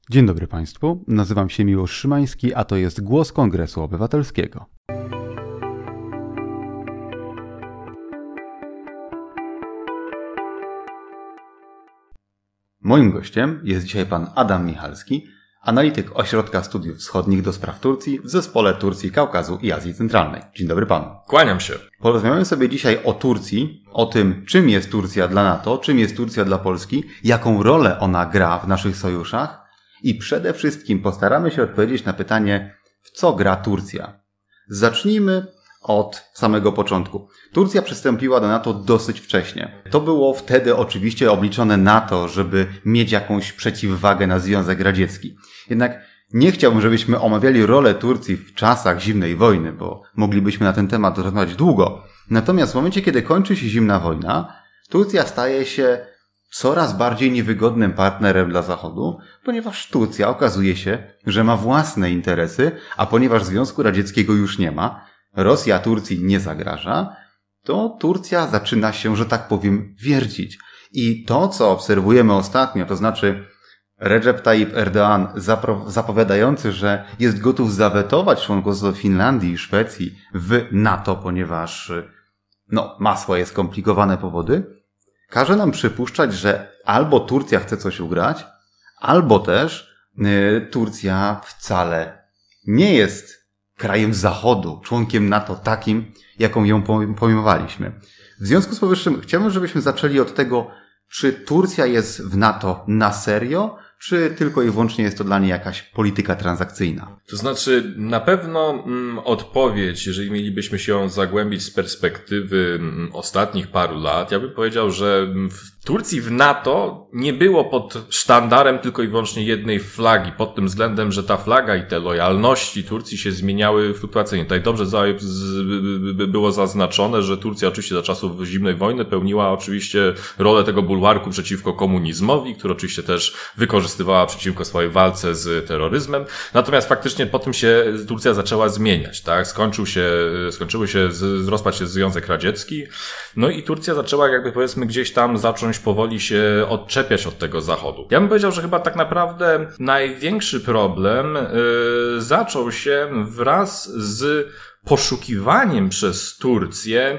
Dzień dobry Państwu, nazywam się Miłosz Szymański, a to jest Głos Kongresu Obywatelskiego. Moim gościem jest dzisiaj pan Adam Michalski, analityk Ośrodka Studiów Wschodnich do spraw Turcji w Zespole Turcji, Kaukazu i Azji Centralnej. Dzień dobry panu. Kłaniam się. Porozmawiamy sobie dzisiaj o Turcji, o tym, czym jest Turcja dla NATO, czym jest Turcja dla Polski, jaką rolę ona gra w naszych sojuszach i przede wszystkim postaramy się odpowiedzieć na pytanie, w co gra Turcja. Zacznijmy od samego początku. Turcja przystąpiła do NATO dosyć wcześnie. To było wtedy oczywiście obliczone na to, żeby mieć jakąś przeciwwagę na Związek Radziecki. Jednak nie chciałbym, żebyśmy omawiali rolę Turcji w czasach zimnej wojny, bo moglibyśmy na ten temat rozmawiać długo. Natomiast w momencie, kiedy kończy się zimna wojna, Turcja staje się coraz bardziej niewygodnym partnerem dla Zachodu, ponieważ Turcja okazuje się, że ma własne interesy, a ponieważ Związku Radzieckiego już nie ma, Rosja Turcji nie zagraża, to Turcja zaczyna się, że tak powiem, wiercić. I to, co obserwujemy ostatnio, to znaczy Recep Tayyip Erdoğan zapowiadający, że jest gotów zawetować członkostwo Finlandii i Szwecji w NATO, ponieważ ma swoje skomplikowane powody, każe nam przypuszczać, że albo Turcja chce coś ugrać, albo też Turcja wcale nie jest krajem Zachodu, członkiem NATO takim, jaką ją pojmowaliśmy. W związku z powyższym chciałbym, żebyśmy zaczęli od tego, czy Turcja jest w NATO na serio, czy tylko i wyłącznie jest to dla niej jakaś polityka transakcyjna? To znaczy, na pewno odpowiedź, jeżeli mielibyśmy się ją zagłębić z perspektywy ostatnich paru lat, ja bym powiedział, że w Turcji w NATO nie było pod sztandarem tylko i wyłącznie jednej flagi, pod tym względem, że ta flaga i te lojalności Turcji się zmieniały fluktuacyjnie. Tutaj dobrze było zaznaczone, że Turcja oczywiście za czasów zimnej wojny pełniła oczywiście rolę tego bulwarku przeciwko komunizmowi, który oczywiście też wykorzystywała przeciwko swojej walce z terroryzmem. Natomiast faktycznie po tym się Turcja zaczęła zmieniać, tak? Rozpadł się Związek Radziecki. No i Turcja zaczęła gdzieś tam zacząć powoli się odczepiać od tego Zachodu. Ja bym powiedział, że chyba tak naprawdę największy problem zaczął się wraz z poszukiwaniem przez Turcję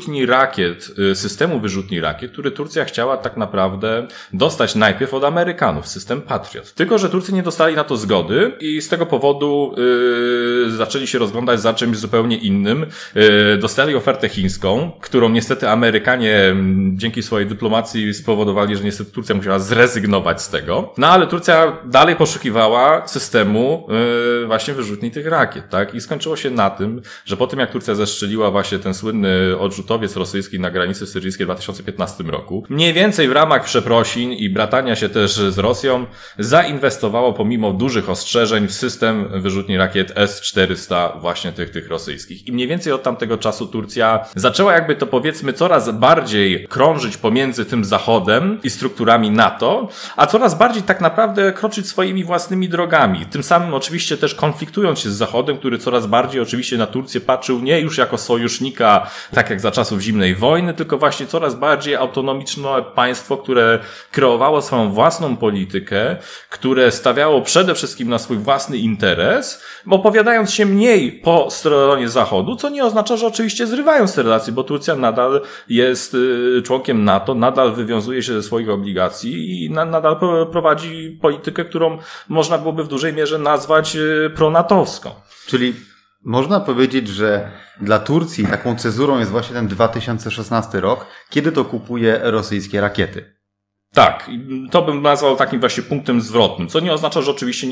systemu wyrzutni rakiet, który Turcja chciała tak naprawdę dostać najpierw od Amerykanów, system Patriot. Tylko że Turcy nie dostali na to zgody i z tego powodu zaczęli się rozglądać za czymś zupełnie innym. Dostali ofertę chińską, którą niestety Amerykanie dzięki swojej dyplomacji spowodowali, że niestety Turcja musiała zrezygnować z tego. No ale Turcja dalej poszukiwała systemu właśnie wyrzutni tych rakiet, tak? I skończyło się na tym, że po tym jak Turcja zestrzeliła właśnie ten słynny odrzutowiec rosyjski na granicy syryjskiej w 2015 roku, mniej więcej w ramach przeprosin i bratania się też z Rosją zainwestowało pomimo dużych ostrzeżeń w system wyrzutni rakiet S-400 właśnie tych rosyjskich. I mniej więcej od tamtego czasu Turcja zaczęła coraz bardziej krążyć pomiędzy tym Zachodem i strukturami NATO, a coraz bardziej tak naprawdę kroczyć swoimi własnymi drogami. Tym samym oczywiście też konfliktując się z Zachodem, który coraz bardziej oczywiście na Turcję patrzył nie już jako sojusznika, tak jak za czasów zimnej wojny, tylko właśnie coraz bardziej autonomiczne państwo, które kreowało swoją własną politykę, które stawiało przede wszystkim na swój własny interes, opowiadając się mniej po stronie Zachodu, co nie oznacza, że oczywiście zrywają te relacje, bo Turcja nadal jest członkiem NATO, nadal wywiązuje się ze swoich obligacji i nadal prowadzi politykę, którą można byłoby w dużej mierze nazwać pronatowską. Czyli można powiedzieć, że dla Turcji taką cezurą jest właśnie ten 2016 rok, kiedy to kupuje rosyjskie rakiety. Tak, to bym nazwał takim właśnie punktem zwrotnym, co nie oznacza, że oczywiście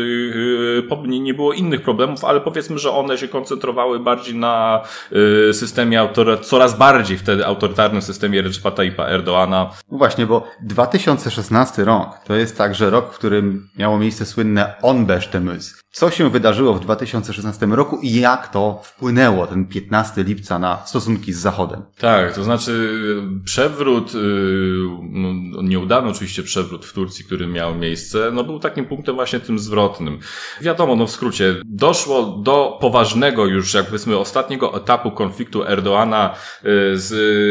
nie było innych problemów, ale powiedzmy, że one się koncentrowały bardziej na systemie coraz bardziej wtedy autorytarnym systemie Recepa Tayyipa Erdoğana. Właśnie, bo 2016 rok to jest także rok, w którym miało miejsce słynne Onbeştemüz. Co się wydarzyło w 2016 roku i jak to wpłynęło ten 15 lipca na stosunki z Zachodem? Tak, to znaczy przewrót nieudany oczywiście przewrót w Turcji, który miał miejsce, no był takim punktem właśnie tym zwrotnym. Wiadomo, no w skrócie, doszło do poważnego już, jak powiedzmy, ostatniego etapu konfliktu Erdoğana z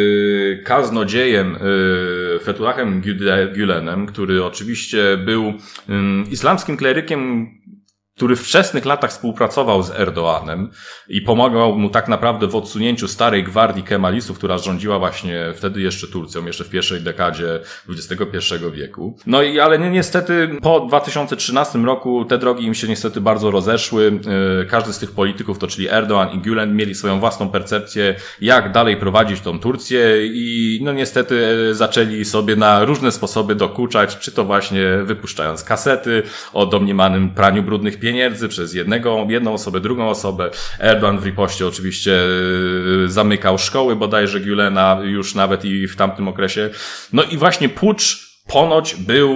kaznodziejem Fethullahem Gülenem, który oczywiście był islamskim klerykiem, który w wczesnych latach współpracował z Erdoğanem i pomagał mu tak naprawdę w odsunięciu starej gwardii kemalistów, która rządziła właśnie wtedy jeszcze Turcją, jeszcze w pierwszej dekadzie XXI wieku. No i ale niestety po 2013 roku te drogi im się niestety bardzo rozeszły. Każdy z tych polityków, to czyli Erdoğan i Gülen, mieli swoją własną percepcję, jak dalej prowadzić tą Turcję i no niestety zaczęli sobie na różne sposoby dokuczać, czy to właśnie wypuszczając kasety o domniemanym praniu brudnych pieniędzy przez jedną osobę, drugą osobę. Erdoğan w ripoście oczywiście zamykał szkoły bodajże Gülena już nawet i w tamtym okresie. No i właśnie pucz ponoć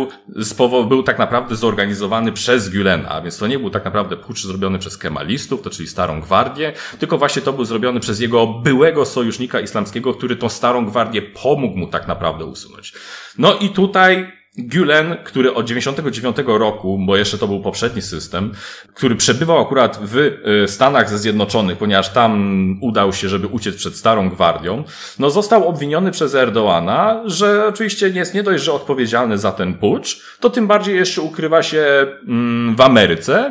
był tak naprawdę zorganizowany przez Gülena, a więc to nie był tak naprawdę pucz zrobiony przez kemalistów, to czyli Starą Gwardię, tylko właśnie to był zrobiony przez jego byłego sojusznika islamskiego, który tą Starą Gwardię pomógł mu tak naprawdę usunąć. No i tutaj Gülen, który od 99 roku, bo jeszcze to był poprzedni system, który przebywał akurat w Stanach Zjednoczonych, ponieważ tam udał się, żeby uciec przed Starą Gwardią, no został obwiniony przez Erdoğana, że oczywiście jest nie dość, że odpowiedzialny za ten pucz, to tym bardziej jeszcze ukrywa się w Ameryce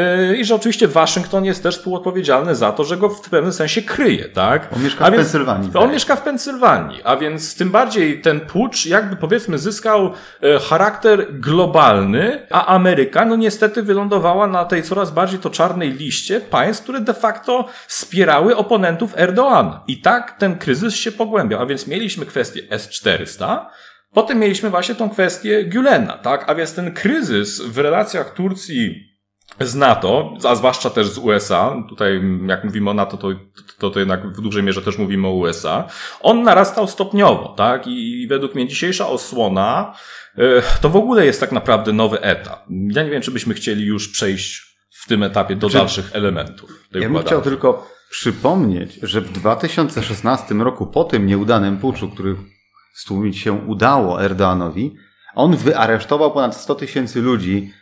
i że oczywiście Waszyngton jest też współodpowiedzialny za to, że go w pewnym sensie kryje, tak? On mieszka w Pensylwanii. On mieszka w Pensylwanii, a więc tym bardziej ten pucz jakby powiedzmy zyskał charakter globalny, a Ameryka no niestety wylądowała na tej coraz bardziej to czarnej liście państw, które de facto wspierały oponentów Erdoğana. I tak ten kryzys się pogłębiał, a więc mieliśmy kwestię S-400, potem mieliśmy właśnie tą kwestię Gülena, tak? A więc ten kryzys w relacjach Turcji z NATO, a zwłaszcza też z USA, tutaj jak mówimy o NATO, to jednak w dużej mierze też mówimy o USA, on narastał stopniowo, tak? I według mnie dzisiejsza osłona to w ogóle jest tak naprawdę nowy etap. Ja nie wiem, czy byśmy chcieli już przejść w tym etapie do dalszych elementów. Ja bym chciał tylko przypomnieć, że w 2016 roku po tym nieudanym puczu, który stłumić się udało Erdoğanowi, on wyaresztował ponad 100 000 ludzi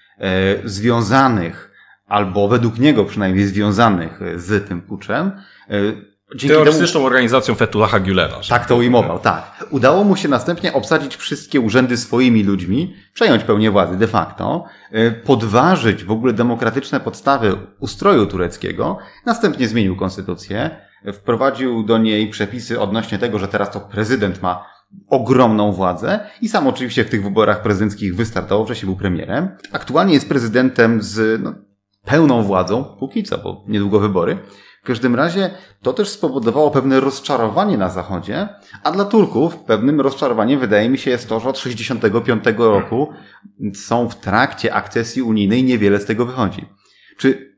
związanych, albo według niego przynajmniej związanych z tym puczem. Terrorystyczną organizacją Fethullaha Gülena. Tak to ujmował, tak. Udało mu się następnie obsadzić wszystkie urzędy swoimi ludźmi, przejąć pełnię władzy de facto, podważyć w ogóle demokratyczne podstawy ustroju tureckiego, następnie zmienił konstytucję, wprowadził do niej przepisy odnośnie tego, że teraz to prezydent ma ogromną władzę i sam oczywiście w tych wyborach prezydenckich wystartował, wcześniej był premierem. Aktualnie jest prezydentem z pełną władzą, póki co, bo niedługo wybory. W każdym razie to też spowodowało pewne rozczarowanie na Zachodzie, a dla Turków pewnym rozczarowaniem wydaje mi się jest to, że od 1965 roku są w trakcie akcesji unijnej, niewiele z tego wychodzi. Czy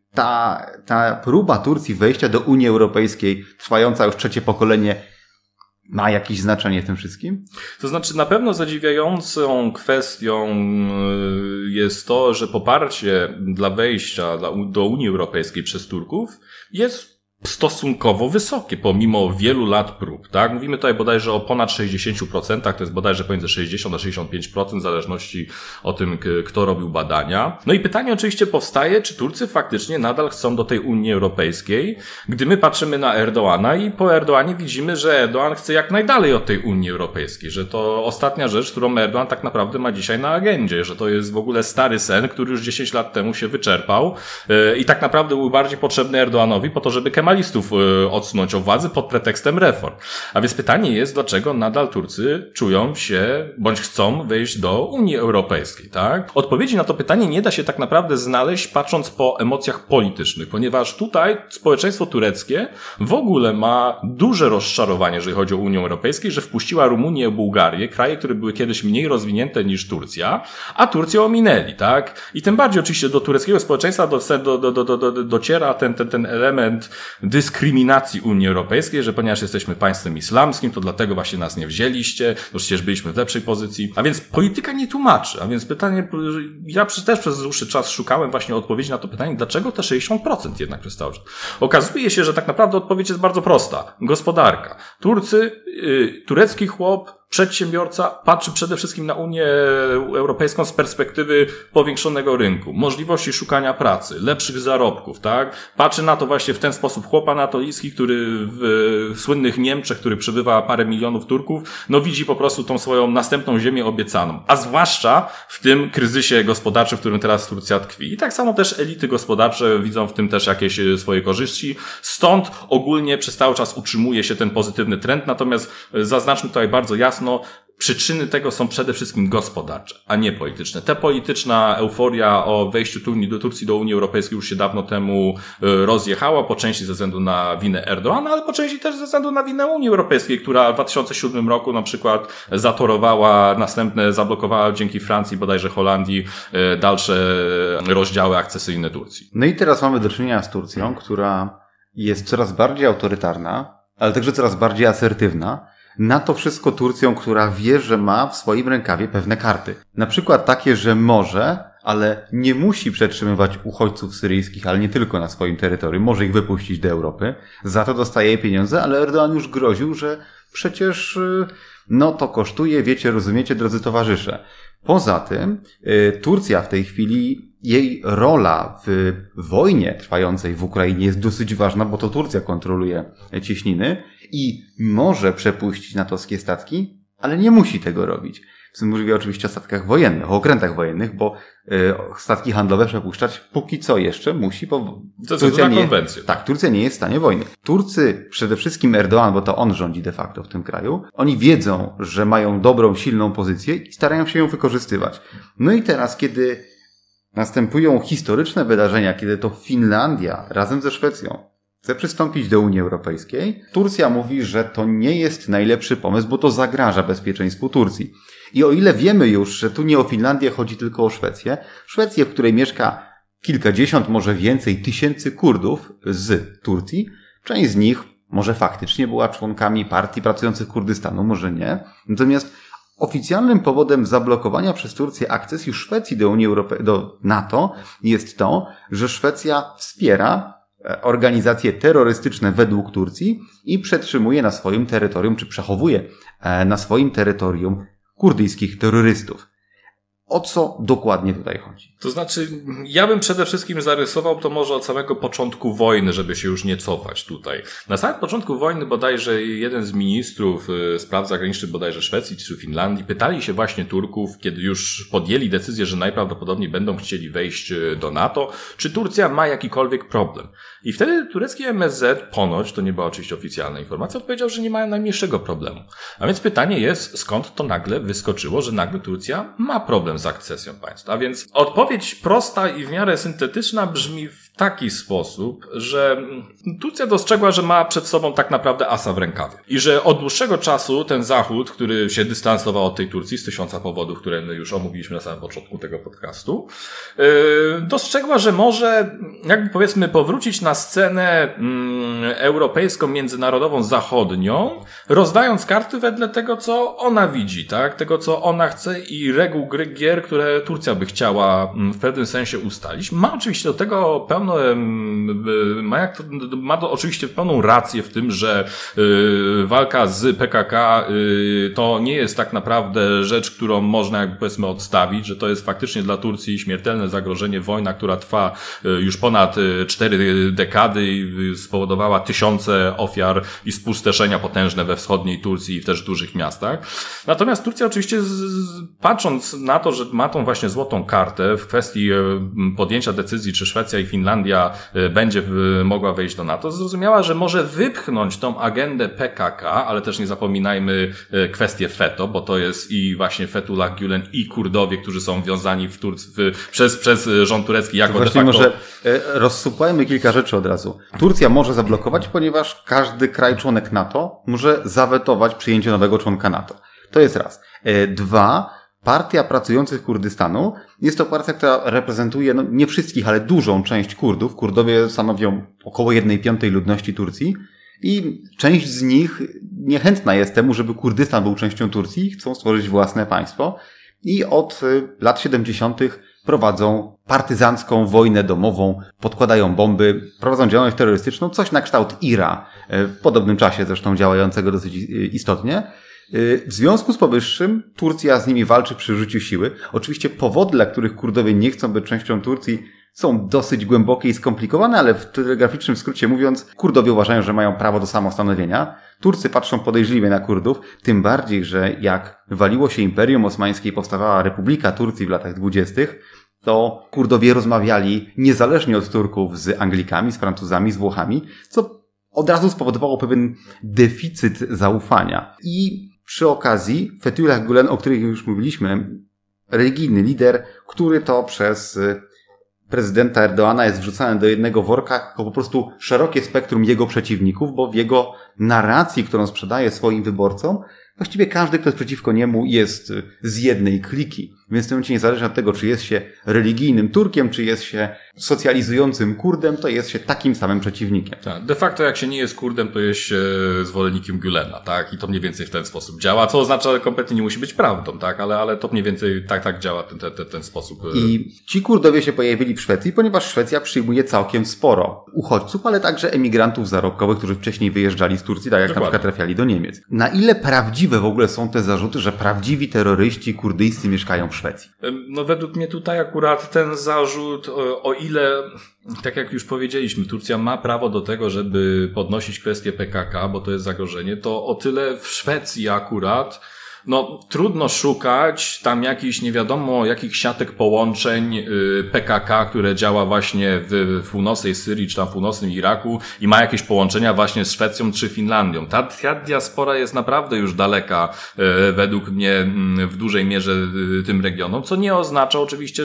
ta próba Turcji wejścia do Unii Europejskiej, trwająca już trzecie pokolenie, ma jakieś znaczenie w tym wszystkim? To znaczy na pewno zadziwiającą kwestią jest to, że poparcie dla wejścia do Unii Europejskiej przez Turków jest stosunkowo wysokie, pomimo wielu lat prób, tak? Mówimy tutaj bodajże o ponad 60%, to jest bodajże pomiędzy 60 a 65%, w zależności o tym, kto robił badania. No i pytanie oczywiście powstaje, czy Turcy faktycznie nadal chcą do tej Unii Europejskiej, gdy my patrzymy na Erdoğana i po Erdoğanie widzimy, że Erdoğan chce jak najdalej od tej Unii Europejskiej, że to ostatnia rzecz, którą Erdoğan tak naprawdę ma dzisiaj na agendzie, że to jest w ogóle stary sen, który już 10 lat temu się wyczerpał i tak naprawdę był bardziej potrzebny Erdoğanowi po to, żeby kemalistów odsunąć od władzy pod pretekstem reform. A więc pytanie jest, dlaczego nadal Turcy czują się, bądź chcą wejść do Unii Europejskiej, tak? Odpowiedzi na to pytanie nie da się tak naprawdę znaleźć patrząc po emocjach politycznych, ponieważ tutaj społeczeństwo tureckie w ogóle ma duże rozczarowanie, jeżeli chodzi o Unię Europejską, że wpuściła Rumunię i Bułgarię, kraje, które były kiedyś mniej rozwinięte niż Turcja, a Turcję ominęli, tak? I tym bardziej oczywiście do tureckiego społeczeństwa dociera ten element dyskryminacji Unii Europejskiej, że ponieważ jesteśmy państwem islamskim, to dlatego właśnie nas nie wzięliście, no przecież byliśmy w lepszej pozycji. A więc polityka nie tłumaczy. A więc pytanie, ja też przez dłuższy czas szukałem właśnie odpowiedzi na to pytanie, dlaczego te 60% jednak przez cały czas. Okazuje się, że tak naprawdę odpowiedź jest bardzo prosta. Gospodarka. Turecki chłop przedsiębiorca patrzy przede wszystkim na Unię Europejską z perspektywy powiększonego rynku, możliwości szukania pracy, lepszych zarobków, tak? Patrzy na to właśnie w ten sposób. Chłop anatolijski, który w słynnych Niemczech, który przebywa parę milionów Turków, no widzi po prostu tą swoją następną ziemię obiecaną. A zwłaszcza w tym kryzysie gospodarczym, w którym teraz Turcja tkwi. I tak samo też elity gospodarcze widzą w tym też jakieś swoje korzyści. Stąd ogólnie przez cały czas utrzymuje się ten pozytywny trend. Natomiast zaznaczmy tutaj bardzo jasno, przyczyny tego są przede wszystkim gospodarcze, a nie polityczne. Ta polityczna euforia o wejściu Turcji do Unii Europejskiej już się dawno temu rozjechała, po części ze względu na winę Erdoğana, ale po części też ze względu na winę Unii Europejskiej, która w 2007 roku na przykład zatorowała, zablokowała dzięki Francji, bodajże Holandii, dalsze rozdziały akcesyjne Turcji. No i teraz mamy do czynienia z Turcją, która jest coraz bardziej autorytarna, ale także coraz bardziej asertywna. Na to wszystko Turcją, która wie, że ma w swoim rękawie pewne karty. Na przykład takie, że może, ale nie musi przetrzymywać uchodźców syryjskich, ale nie tylko na swoim terytorium, może ich wypuścić do Europy. Za to dostaje pieniądze, ale Erdoğan już groził, że przecież no to kosztuje, wiecie, rozumiecie, drodzy towarzysze. Poza tym Turcja w tej chwili, jej rola w wojnie trwającej w Ukrainie jest dosyć ważna, bo to Turcja kontroluje cieśniny i może przepuścić natowskie statki, ale nie musi tego robić. Mówię oczywiście o statkach wojennych, o okrętach wojennych, bo statki handlowe przepuszczać póki co jeszcze musi, bo Turcja nie jest w stanie wojny. Turcy, przede wszystkim Erdoğan, bo to on rządzi de facto w tym kraju, oni wiedzą, że mają dobrą, silną pozycję i starają się ją wykorzystywać. No i teraz, kiedy następują historyczne wydarzenia, kiedy to Finlandia razem ze Szwecją chce przystąpić do Unii Europejskiej, Turcja mówi, że to nie jest najlepszy pomysł, bo to zagraża bezpieczeństwu Turcji. I o ile wiemy już, że tu nie o Finlandię chodzi, tylko o Szwecję, w której mieszka kilkadziesiąt, może więcej tysięcy Kurdów z Turcji, część z nich może faktycznie była członkami partii pracujących Kurdystanu, może nie. Natomiast oficjalnym powodem zablokowania przez Turcję akcesji Szwecji do NATO jest to, że Szwecja wspiera organizacje terrorystyczne według Turcji i przetrzymuje na swoim terytorium, czy przechowuje na swoim terytorium kurdyjskich terrorystów. O co dokładnie tutaj chodzi? To znaczy, ja bym przede wszystkim zarysował to może od samego początku wojny, żeby się już nie cofać tutaj. Na samym początku wojny bodajże jeden z ministrów spraw zagranicznych bodajże Szwecji czy Finlandii pytali się właśnie Turków, kiedy już podjęli decyzję, że najprawdopodobniej będą chcieli wejść do NATO, czy Turcja ma jakikolwiek problem. I wtedy turecki MSZ, ponoć, to nie była oczywiście oficjalna informacja, odpowiedział, że nie mają najmniejszego problemu. A więc pytanie jest, skąd to nagle wyskoczyło, że nagle Turcja ma problem z akcesją państwa. A więc odpowiedź prosta i w miarę syntetyczna brzmi w taki sposób, że Turcja dostrzegła, że ma przed sobą tak naprawdę asa w rękawie. I że od dłuższego czasu ten Zachód, który się dystansował od tej Turcji z 1000 powodów, które już omówiliśmy na samym początku tego podcastu, dostrzegła, że może jakby powiedzmy powrócić na scenę europejską, międzynarodową, zachodnią, rozdając karty wedle tego, co ona widzi, tak? Tego, co ona chce i reguł gry gier, które Turcja by chciała w pewnym sensie ustalić. Ma oczywiście do tego ma to oczywiście pełną rację w tym, że walka z PKK to nie jest tak naprawdę rzecz, którą można jakby powiedzmy odstawić, że to jest faktycznie dla Turcji śmiertelne zagrożenie, wojna, która trwa już ponad 4 dekady i spowodowała tysiące ofiar i spustoszenia potężne we wschodniej Turcji i w też dużych miastach. Natomiast Turcja oczywiście patrząc na to, że ma tą właśnie złotą kartę w kwestii podjęcia decyzji, czy Szwecja i Finlandia będzie mogła wejść do NATO, zrozumiała, że może wypchnąć tą agendę PKK, ale też nie zapominajmy kwestię FETÖ, bo to jest i właśnie Fethullah Gülen i Kurdowie, którzy są wiązani w Turcji przez rząd turecki jako de facto... Może rozsupłajmy kilka rzeczy od razu. Turcja może zablokować, ponieważ każdy kraj członek NATO może zawetować przyjęcie nowego członka NATO. To jest raz. 2. Partia Pracujących Kurdystanu jest to partia, która reprezentuje nie wszystkich, ale dużą część Kurdów. Kurdowie stanowią około 1/5 ludności Turcji i część z nich niechętna jest temu, żeby Kurdystan był częścią Turcji i chcą stworzyć własne państwo. I od lat 70. prowadzą partyzancką wojnę domową, podkładają bomby, prowadzą działalność terrorystyczną, coś na kształt IRA, w podobnym czasie zresztą działającego dosyć istotnie. W związku z powyższym Turcja z nimi walczy przy użyciu siły. Oczywiście powody, dla których Kurdowie nie chcą być częścią Turcji, są dosyć głębokie i skomplikowane, ale w telegraficznym skrócie mówiąc, Kurdowie uważają, że mają prawo do samostanowienia. Turcy patrzą podejrzliwie na Kurdów, tym bardziej, że jak waliło się Imperium Osmańskie i powstawała Republika Turcji w latach 20., to Kurdowie rozmawiali niezależnie od Turków z Anglikami, z Francuzami, z Włochami, co od razu spowodowało pewien deficyt zaufania. I przy okazji Fethullah Gülen, o których już mówiliśmy, religijny lider, który to przez prezydenta Erdoğana jest wrzucany do jednego worka jako po prostu szerokie spektrum jego przeciwników, bo w jego narracji, którą sprzedaje swoim wyborcom, właściwie każdy, kto jest przeciwko niemu, jest z jednej kliki. Więc w tym momencie niezależnie od tego, czy jest się religijnym Turkiem, czy jest się socjalizującym Kurdem, to jest się takim samym przeciwnikiem. Tak, de facto jak się nie jest Kurdem, to jest się zwolennikiem Gülena, tak? I to mniej więcej w ten sposób działa, co oznacza, że kompletnie nie musi być prawdą, tak? Ale to mniej więcej tak działa ten sposób. I ci Kurdowie się pojawili w Szwecji, ponieważ Szwecja przyjmuje całkiem sporo uchodźców, ale także emigrantów zarobkowych, którzy wcześniej wyjeżdżali z Turcji, tak jak na przykład trafiali do Niemiec. Na ile prawdziwe w ogóle są te zarzuty, że prawdziwi terroryści kurdyjscy mieszkają w Szwecji? No według mnie tutaj akurat ten zarzut, o ile, tak jak już powiedzieliśmy, Turcja ma prawo do tego, żeby podnosić kwestię PKK, bo to jest zagrożenie, to o tyle w Szwecji akurat trudno szukać tam jakichś nie wiadomo jakich siatek połączeń PKK, które działa właśnie w północnej Syrii czy tam w północnym Iraku i ma jakieś połączenia właśnie z Szwecją czy Finlandią. Ta diaspora jest naprawdę już daleka według mnie w dużej mierze tym regionom, co nie oznacza oczywiście,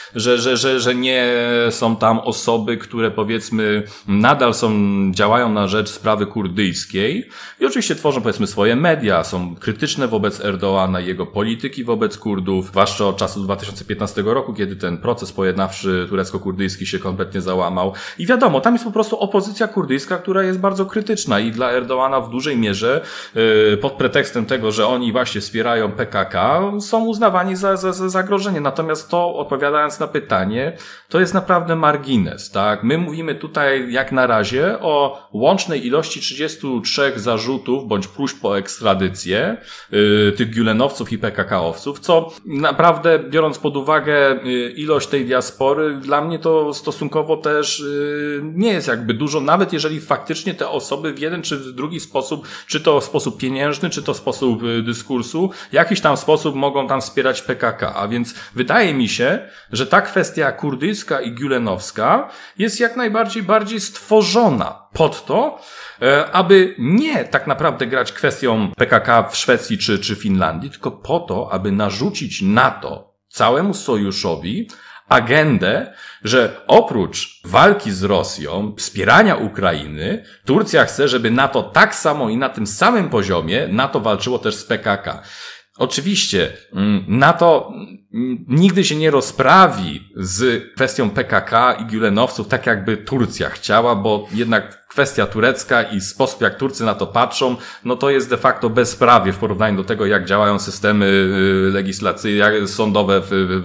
że nie są tam osoby, które powiedzmy nadal działają na rzecz sprawy kurdyjskiej i oczywiście tworzą powiedzmy swoje media, są krytyczne wobec Erdoğana i jego polityki wobec Kurdów, zwłaszcza od czasu 2015 roku, kiedy ten proces pojednawczy turecko-kurdyjski się kompletnie załamał. I wiadomo, tam jest po prostu opozycja kurdyjska, która jest bardzo krytyczna i dla Erdoğana w dużej mierze pod pretekstem tego, że oni właśnie wspierają PKK, są uznawani za zagrożenie. Natomiast to, odpowiadając na pytanie, to jest naprawdę margines, tak? My mówimy tutaj jak na razie o łącznej ilości 33 zarzutów bądź próśb o ekstradycję tych Gülenowców i PKK-owców, co naprawdę, biorąc pod uwagę ilość tej diaspory, dla mnie to stosunkowo też nie jest jakby dużo, nawet jeżeli faktycznie te osoby w jeden czy w drugi sposób, czy to w sposób pieniężny, czy to w sposób dyskursu, w jakiś tam sposób mogą tam wspierać PKK. A więc wydaje mi się, że ta kwestia kurdyjska i gülenowska jest jak najbardziej bardziej stworzona pod to, aby nie tak naprawdę grać kwestią PKK w Szwecji czy Finlandii, tylko po to, aby narzucić NATO, całemu sojuszowi, agendę, że oprócz walki z Rosją, wspierania Ukrainy, Turcja chce, żeby NATO tak samo i na tym samym poziomie NATO walczyło też z PKK. Oczywiście NATO nigdy się nie rozprawi z kwestią PKK i Gülenowców tak jakby Turcja chciała, bo jednak kwestia turecka i sposób jak Turcy na to patrzą, to jest de facto bezprawie w porównaniu do tego, jak działają systemy legislacyjne, sądowe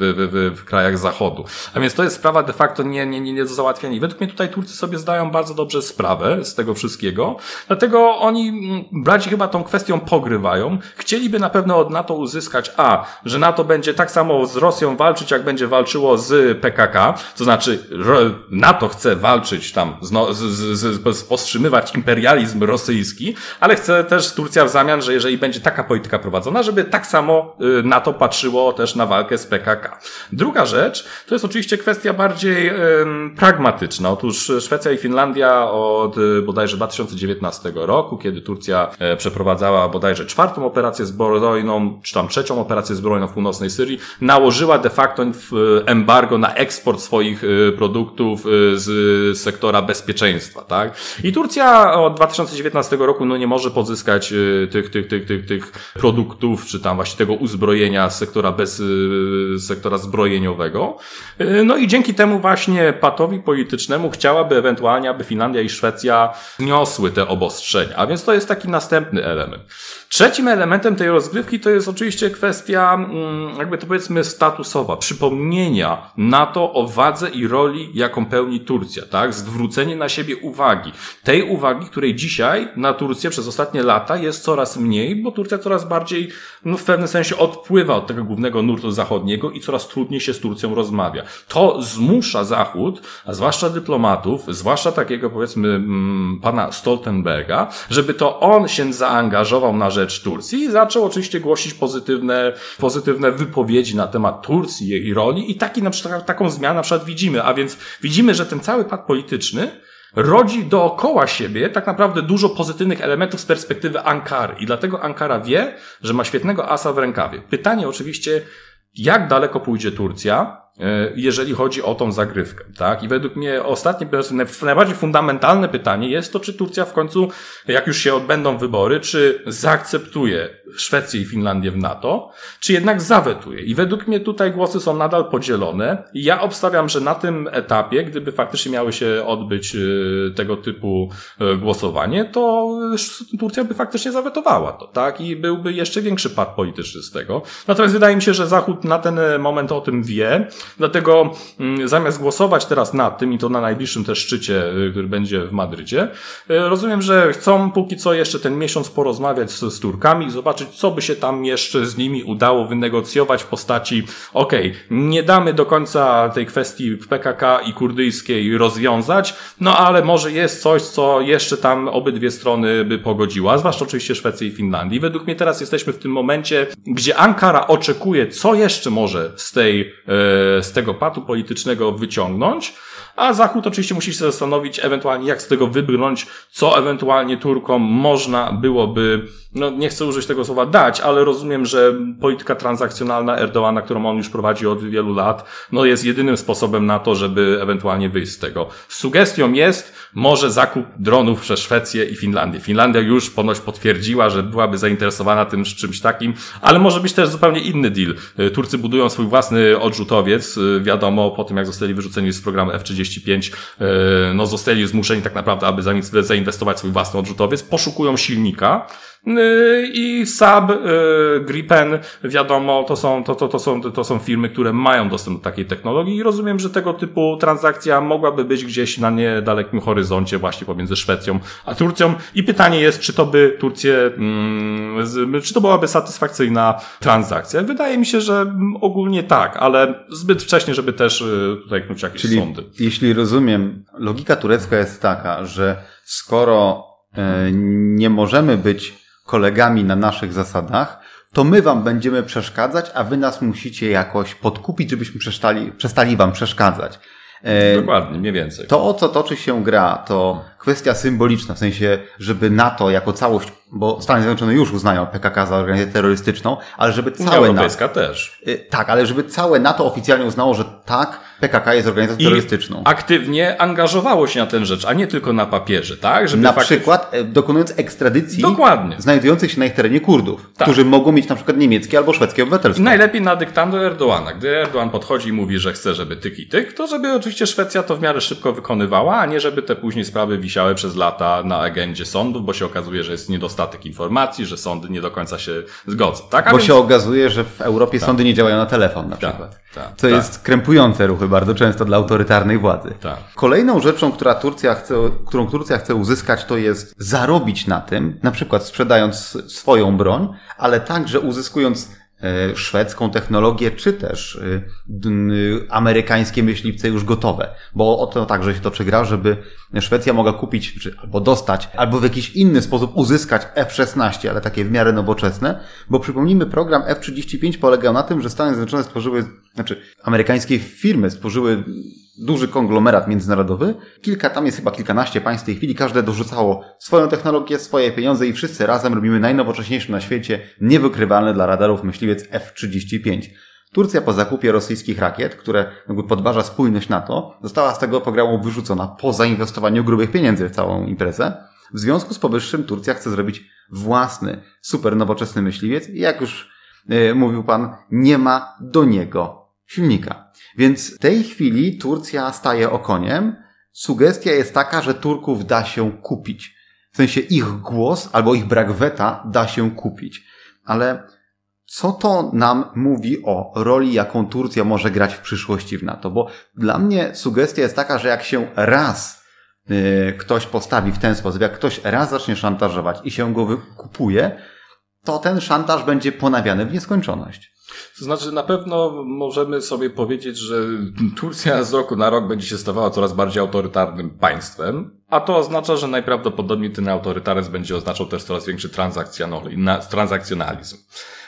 w krajach Zachodu. A więc to jest sprawa de facto nie do załatwienia. I według mnie tutaj Turcy sobie zdają bardzo dobrze sprawę z tego wszystkiego, dlatego oni bardziej chyba tą kwestią pogrywają. Chcieliby na pewno od NATO uzyskać że NATO będzie tak samo z Rosją walczyć, jak będzie walczyło z PKK, to znaczy NATO chce walczyć tam, powstrzymywać imperializm rosyjski, ale chce też Turcja w zamian, że jeżeli będzie taka polityka prowadzona, żeby tak samo NATO patrzyło też na walkę z PKK. Druga rzecz, to jest oczywiście kwestia bardziej pragmatyczna. Otóż Szwecja i Finlandia od bodajże 2019 roku, kiedy Turcja przeprowadzała bodajże 4. operację zbrojną, czy tam 3. operację zbrojną w północnej Syrii, nałożyła de facto embargo na eksport swoich produktów z sektora bezpieczeństwa, tak? I Turcja od 2019 roku nie może pozyskać tych produktów, czy tam właśnie tego uzbrojenia z sektora zbrojeniowego. I dzięki temu właśnie patowi politycznemu chciałaby ewentualnie, aby Finlandia i Szwecja zniosły te obostrzenia. A więc to jest taki następny element. Trzecim elementem tej rozgrywki to jest oczywiście kwestia, jakby to powiedzmy, powiedzmy statusowa, przypomnienia NATO o wadze i roli, jaką pełni Turcja, tak? Zwrócenie na siebie uwagi. Tej uwagi, której dzisiaj na Turcję przez ostatnie lata jest coraz mniej, bo Turcja coraz bardziej, w pewnym sensie odpływa od tego głównego nurtu zachodniego i coraz trudniej się z Turcją rozmawia. To zmusza Zachód, a zwłaszcza dyplomatów, zwłaszcza takiego powiedzmy pana Stoltenberga, żeby to on się zaangażował na rzecz Turcji i zaczął oczywiście głosić pozytywne wypowiedzi na temat Turcji, jej roli i taką zmianę na przykład widzimy, a więc widzimy, że ten cały pad polityczny rodzi dookoła siebie tak naprawdę dużo pozytywnych elementów z perspektywy Ankary i dlatego Ankara wie, że ma świetnego asa w rękawie. Pytanie oczywiście, jak daleko pójdzie Turcja, jeżeli chodzi o tą zagrywkę, tak? I według mnie ostatnie, najbardziej fundamentalne pytanie jest to, czy Turcja w końcu, jak już się odbędą wybory, czy zaakceptuje Szwecję i Finlandię w NATO, czy jednak zawetuje. I według mnie tutaj głosy są nadal podzielone. I ja obstawiam, że na tym etapie, gdyby faktycznie miały się odbyć tego typu głosowanie, to Turcja by faktycznie zawetowała to, tak? I byłby jeszcze większy pad polityczny z tego. Natomiast wydaje mi się, że Zachód na ten moment o tym wie. Dlatego zamiast głosować teraz nad tym i to na najbliższym też szczycie, który będzie w Madrycie, rozumiem, że chcą póki co jeszcze ten miesiąc porozmawiać z Turkami i zobaczyć, co by się tam jeszcze z nimi udało wynegocjować w postaci nie damy do końca tej kwestii PKK i kurdyjskiej rozwiązać, no ale może jest coś, co jeszcze tam obydwie strony by pogodziła, zwłaszcza oczywiście Szwecji i Finlandii. Według mnie teraz jesteśmy w tym momencie, gdzie Ankara oczekuje, co jeszcze może z tego patu politycznego wyciągnąć, a Zachód oczywiście musi się zastanowić ewentualnie, jak z tego wybrnąć, co ewentualnie Turkom można byłoby, nie chcę użyć tego słowa dać, ale rozumiem, że polityka transakcjonalna Erdoğana, którą on już prowadzi od wielu lat, jest jedynym sposobem na to, żeby ewentualnie wyjść z tego. Sugestią jest może zakup dronów przez Szwecję i Finlandię. Finlandia już ponoć potwierdziła, że byłaby zainteresowana tym czymś takim, ale może być też zupełnie inny deal. Turcy budują swój własny odrzutowiec, wiadomo, po tym jak zostali wyrzuceni z programu F-35, zostali zmuszeni tak naprawdę, aby zainwestować w swój własny odrzutowiec, poszukują silnika i Saab, Gripen, wiadomo, to są firmy, które mają dostęp do takiej technologii i rozumiem, że tego typu transakcja mogłaby być gdzieś na niedalekim horyzoncie właśnie pomiędzy Szwecją a Turcją i pytanie jest, czy to by czy to byłaby satysfakcyjna transakcja. Wydaje mi się, że ogólnie tak, ale zbyt wcześnie, żeby też tutaj knuć jakieś sądy. Jeśli rozumiem, logika turecka jest taka, że skoro nie możemy być kolegami na naszych zasadach, to my wam będziemy przeszkadzać, a wy nas musicie jakoś podkupić, żebyśmy przestali wam przeszkadzać. Dokładnie, mniej więcej. To, o co toczy się gra, to kwestia symboliczna, w sensie, żeby NATO jako całość, bo Stany Zjednoczone już uznają PKK za organizację terrorystyczną, ale żeby całe Unia Europejska też. Tak, ale żeby całe NATO oficjalnie uznało, że tak, PKK jest organizacją terrorystyczną. Aktywnie angażowało się na tę rzecz, a nie tylko na papierze, tak? Żeby na przykład dokonując ekstradycji Dokładnie. znajdujących się na ich terenie Kurdów, tak, którzy mogą mieć na przykład niemieckie albo szwedzkie obywatelstwo. I najlepiej na dyktando Erdoğana. Gdy Erdoğan podchodzi i mówi, że chce, żeby tyk i tyk, to żeby oczywiście Szwecja to w miarę szybko wykonywała, a nie żeby te później sprawy wisiały przez lata na agendzie sądów, bo się okazuje, że jest niedostatek informacji, że sądy nie do końca się zgodzą. Tak? Bo się okazuje, że w Europie sądy nie działają na telefon na przykład. Co jest krępujące ruchy bardzo często dla autorytarnej władzy. Kolejną rzeczą, którą Turcja chce uzyskać, to jest zarobić na tym, na przykład sprzedając swoją broń, ale także uzyskując szwedzką technologię, czy też amerykańskie myśliwce już gotowe. Bo o to także się toczy gra, żeby Szwecja mogła kupić, albo dostać, albo w jakiś inny sposób uzyskać F-16, ale takie w miarę nowoczesne, bo przypomnijmy, program F-35 polegał na tym, że Stany Zjednoczone amerykańskie firmy stworzyły duży konglomerat międzynarodowy. Tam jest chyba kilkanaście państw w tej chwili, każde dorzucało swoją technologię, swoje pieniądze i wszyscy razem robimy najnowocześniejszy na świecie, niewykrywalny dla radarów myśliwiec F-35. Turcja po zakupie rosyjskich rakiet, które podważa spójność NATO, została z tego programu wyrzucona po zainwestowaniu grubych pieniędzy w całą imprezę. W związku z powyższym Turcja chce zrobić własny, super nowoczesny myśliwiec i jak już mówił pan, nie ma do niego silnika. Więc w tej chwili Turcja staje okoniem. Sugestia jest taka, że Turków da się kupić. W sensie ich głos albo ich brak weta da się kupić. Ale co to nam mówi o roli, jaką Turcja może grać w przyszłości w NATO? Bo dla mnie sugestia jest taka, że jak się raz ktoś postawi w ten sposób, jak ktoś raz zacznie szantażować i się go wykupuje, to ten szantaż będzie ponawiany w nieskończoność. To znaczy, na pewno możemy sobie powiedzieć, że Turcja z roku na rok będzie się stawała coraz bardziej autorytarnym państwem, a to oznacza, że najprawdopodobniej ten autorytaryzm będzie oznaczał też coraz większy transakcjonalizm.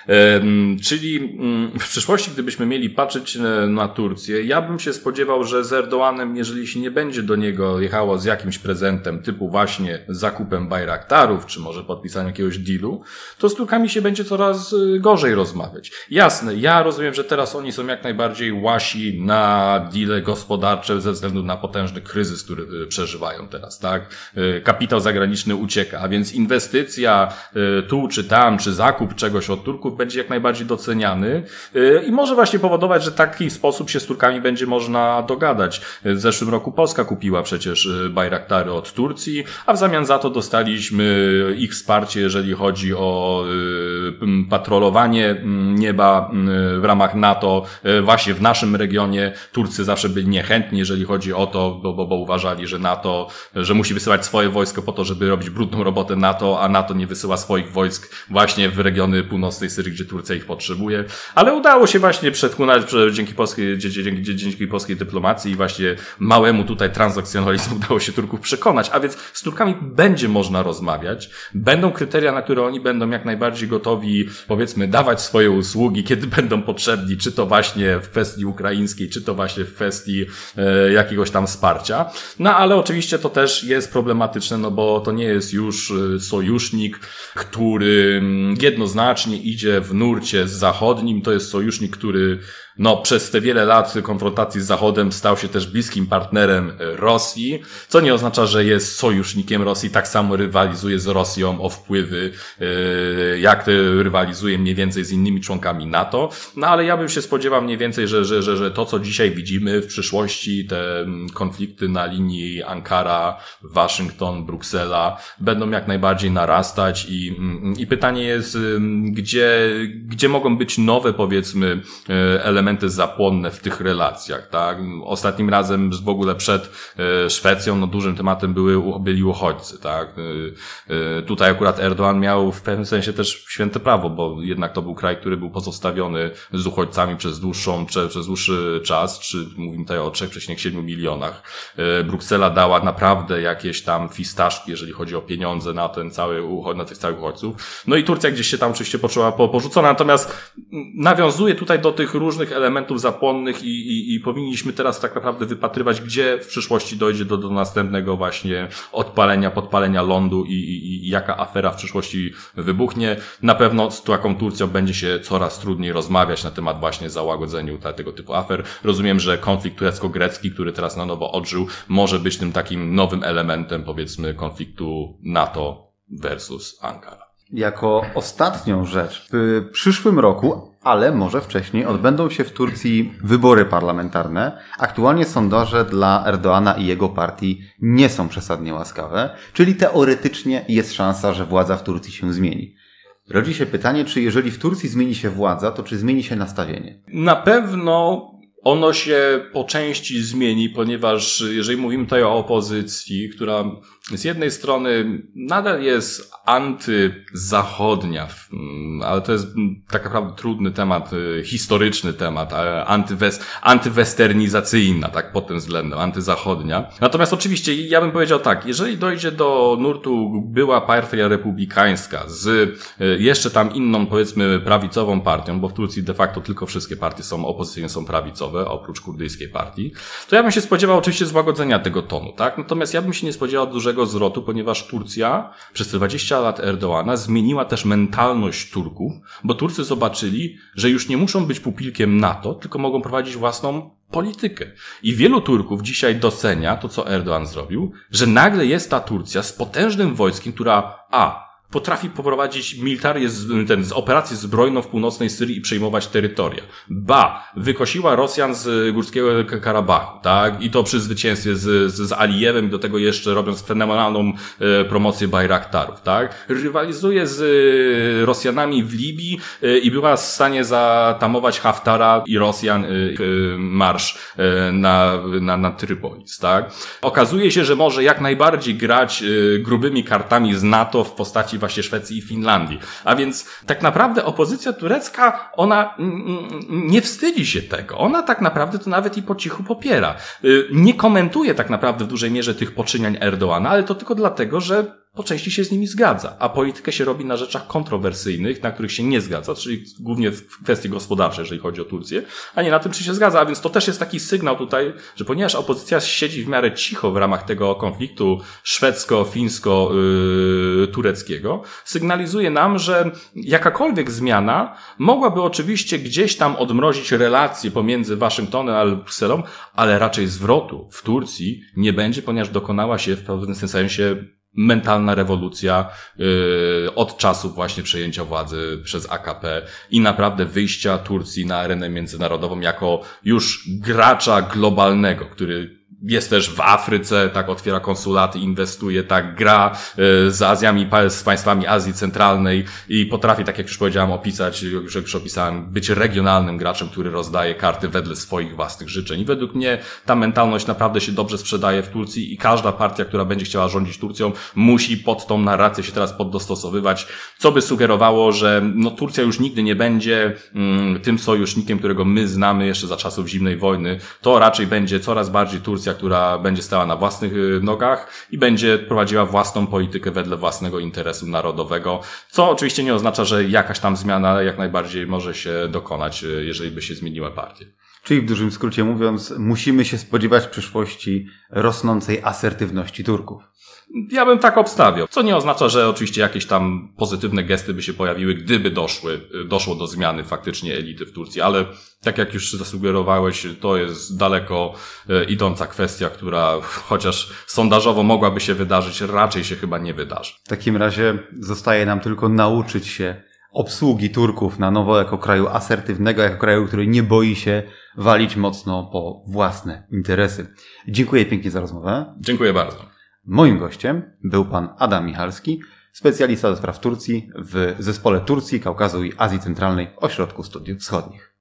Czyli w przyszłości, gdybyśmy mieli patrzeć na Turcję, ja bym się spodziewał, że z Erdoğanem, jeżeli się nie będzie do niego jechało z jakimś prezentem, typu właśnie zakupem Bayraktarów, czy może podpisaniem jakiegoś dealu, to z Turkami się będzie coraz gorzej rozmawiać. Jasne, ja rozumiem, że teraz oni są jak najbardziej łasi na deale gospodarcze ze względu na potężny kryzys, który przeżywają teraz, tak? Kapitał zagraniczny ucieka, a więc inwestycja tu czy tam, czy zakup czegoś od Turków będzie jak najbardziej doceniany i może właśnie powodować, że w taki sposób się z Turkami będzie można dogadać. W zeszłym roku Polska kupiła przecież Bayraktary od Turcji, a w zamian za to dostaliśmy ich wsparcie, jeżeli chodzi o patrolowanie nieba w ramach NATO. Właśnie w naszym regionie Turcy zawsze byli niechętni, jeżeli chodzi o to, bo uważali, że NATO, że musi wysyłać swoje wojsko po to, żeby robić brudną robotę NATO, a NATO nie wysyła swoich wojsk właśnie w regiony północnej Syrii, gdzie Turcja ich potrzebuje. Ale udało się właśnie przekonać dzięki polskiej dyplomacji i właśnie małemu tutaj transakcjonalizmu udało się Turków przekonać. A więc z Turkami będzie można rozmawiać. Będą kryteria, na które oni będą jak najbardziej gotowi, powiedzmy, dawać swoje usługi, kiedy będą potrzebni, czy to właśnie w kwestii ukraińskiej, czy to właśnie w kwestii jakiegoś tam wsparcia. No ale oczywiście to też jest problematyczne, no bo to nie jest już sojusznik, który jednoznacznie idzie w nurcie z zachodnim. To jest sojusznik, który przez te wiele lat konfrontacji z Zachodem stał się też bliskim partnerem Rosji, co nie oznacza, że jest sojusznikiem Rosji, tak samo rywalizuje z Rosją o wpływy, jak rywalizuje mniej więcej z innymi członkami NATO. No ale ja bym się spodziewał mniej więcej, że to, co dzisiaj widzimy w przyszłości, te konflikty na linii Ankara, Waszyngton, Bruksela będą jak najbardziej narastać i pytanie jest, gdzie mogą być nowe, powiedzmy, elementy zapłonne w tych relacjach, tak? Ostatnim razem w ogóle przed Szwecją, dużym tematem byli uchodźcy, tak? Tutaj akurat Erdoğan miał w pewnym sensie też święte prawo, bo jednak to był kraj, który był pozostawiony z uchodźcami przez dłuższy czas, czy mówimy tutaj o 3,7 milionach. Bruksela dała naprawdę jakieś tam fistaszki, jeżeli chodzi o pieniądze na na tych całych uchodźców. No i Turcja gdzieś się tam oczywiście poczuła porzucona, natomiast nawiązuje tutaj do tych różnych elementów zapłonnych i powinniśmy teraz tak naprawdę wypatrywać, gdzie w przyszłości dojdzie do następnego właśnie podpalenia lądu i jaka afera w przyszłości wybuchnie. Na pewno z taką Turcją będzie się coraz trudniej rozmawiać na temat właśnie załagodzeniu tego typu afer. Rozumiem, że konflikt turecko-grecki, który teraz na nowo odżył, może być tym takim nowym elementem, powiedzmy, konfliktu NATO versus Ankara. Jako ostatnią rzecz, w przyszłym roku, ale może wcześniej, odbędą się w Turcji wybory parlamentarne. Aktualnie sondaże dla Erdoğana i jego partii nie są przesadnie łaskawe, czyli teoretycznie jest szansa, że władza w Turcji się zmieni. Rodzi się pytanie, czy jeżeli w Turcji zmieni się władza, to czy zmieni się nastawienie? Na pewno ono się po części zmieni, ponieważ jeżeli mówimy tutaj o opozycji, która z jednej strony nadal jest antyzachodnia, ale to jest tak naprawdę trudny temat, historyczny temat, antywesternizacyjna, tak, pod tym względem, antyzachodnia. Natomiast oczywiście ja bym powiedział tak, jeżeli dojdzie do nurtu była partia republikańska z jeszcze tam inną, powiedzmy, prawicową partią, bo w Turcji de facto tylko wszystkie partie opozycyjne są prawicowe, oprócz kurdyjskiej partii, to ja bym się spodziewał oczywiście złagodzenia tego tonu, tak? Natomiast ja bym się nie spodziewał dużego zwrotu, ponieważ Turcja przez te 20 lat Erdoğana zmieniła też mentalność Turków, bo Turcy zobaczyli, że już nie muszą być pupilkiem NATO, tylko mogą prowadzić własną politykę. I wielu Turków dzisiaj docenia to, co Erdoğan zrobił, że nagle jest ta Turcja z potężnym wojskiem, która potrafi poprowadzić operację zbrojną w północnej Syrii i przejmować terytoria. Wykosiła Rosjan z Górskiego Karabachu, tak? I to przy zwycięstwie z Alijewem i do tego jeszcze robiąc fenomenalną promocję Bajraktarów, tak? Rywalizuje z Rosjanami w Libii i była w stanie zatamować Haftara i Rosjan marsz na Trypolis, tak? Okazuje się, że może jak najbardziej grać grubymi kartami z NATO w postaci właśnie Szwecji i Finlandii. A więc tak naprawdę opozycja turecka, ona nie wstydzi się tego. Ona tak naprawdę to nawet i po cichu popiera. Nie komentuje tak naprawdę w dużej mierze tych poczynań Erdoğana, ale to tylko dlatego, że po części się z nimi zgadza, a politykę się robi na rzeczach kontrowersyjnych, na których się nie zgadza, czyli głównie w kwestii gospodarczej, jeżeli chodzi o Turcję, a nie na tym, czy się zgadza. A więc to też jest taki sygnał tutaj, że ponieważ opozycja siedzi w miarę cicho w ramach tego konfliktu szwedzko-fińsko-tureckiego, sygnalizuje nam, że jakakolwiek zmiana mogłaby oczywiście gdzieś tam odmrozić relacje pomiędzy Waszyngtonem a Brukselą, ale raczej zwrotu w Turcji nie będzie, ponieważ dokonała się w pewnym sensie mentalna rewolucja od czasu właśnie przejęcia władzy przez AKP i naprawdę wyjścia Turcji na arenę międzynarodową jako już gracza globalnego, który jest też w Afryce, tak, otwiera konsulaty, inwestuje, tak, gra z państwami Azji Centralnej i potrafi, tak jak już powiedziałem, już opisałem, być regionalnym graczem, który rozdaje karty wedle swoich własnych życzeń. I według mnie ta mentalność naprawdę się dobrze sprzedaje w Turcji i każda partia, która będzie chciała rządzić Turcją, musi pod tą narrację się teraz poddostosowywać, co by sugerowało, że Turcja już nigdy nie będzie tym sojusznikiem, którego my znamy jeszcze za czasów zimnej wojny. To raczej będzie coraz bardziej Turcja, która będzie stała na własnych nogach i będzie prowadziła własną politykę wedle własnego interesu narodowego, co oczywiście nie oznacza, że jakaś tam zmiana jak najbardziej może się dokonać, jeżeli by się zmieniła partia. Czyli w dużym skrócie mówiąc, musimy się spodziewać w przyszłości rosnącej asertywności Turków. Ja bym tak obstawiał, co nie oznacza, że oczywiście jakieś tam pozytywne gesty by się pojawiły, gdyby doszło do zmiany faktycznie elity w Turcji, ale tak jak już zasugerowałeś, to jest daleko idąca kwestia, która chociaż sondażowo mogłaby się wydarzyć, raczej się chyba nie wydarzy. W takim razie zostaje nam tylko nauczyć się obsługi Turków na nowo jako kraju asertywnego, jako kraju, który nie boi się walić mocno po własne interesy. Dziękuję pięknie za rozmowę. Dziękuję bardzo. Moim gościem był pan Adam Michalski, specjalista do spraw Turcji w Zespole Turcji, Kaukazu i Azji Centralnej w Ośrodku Studiów Wschodnich.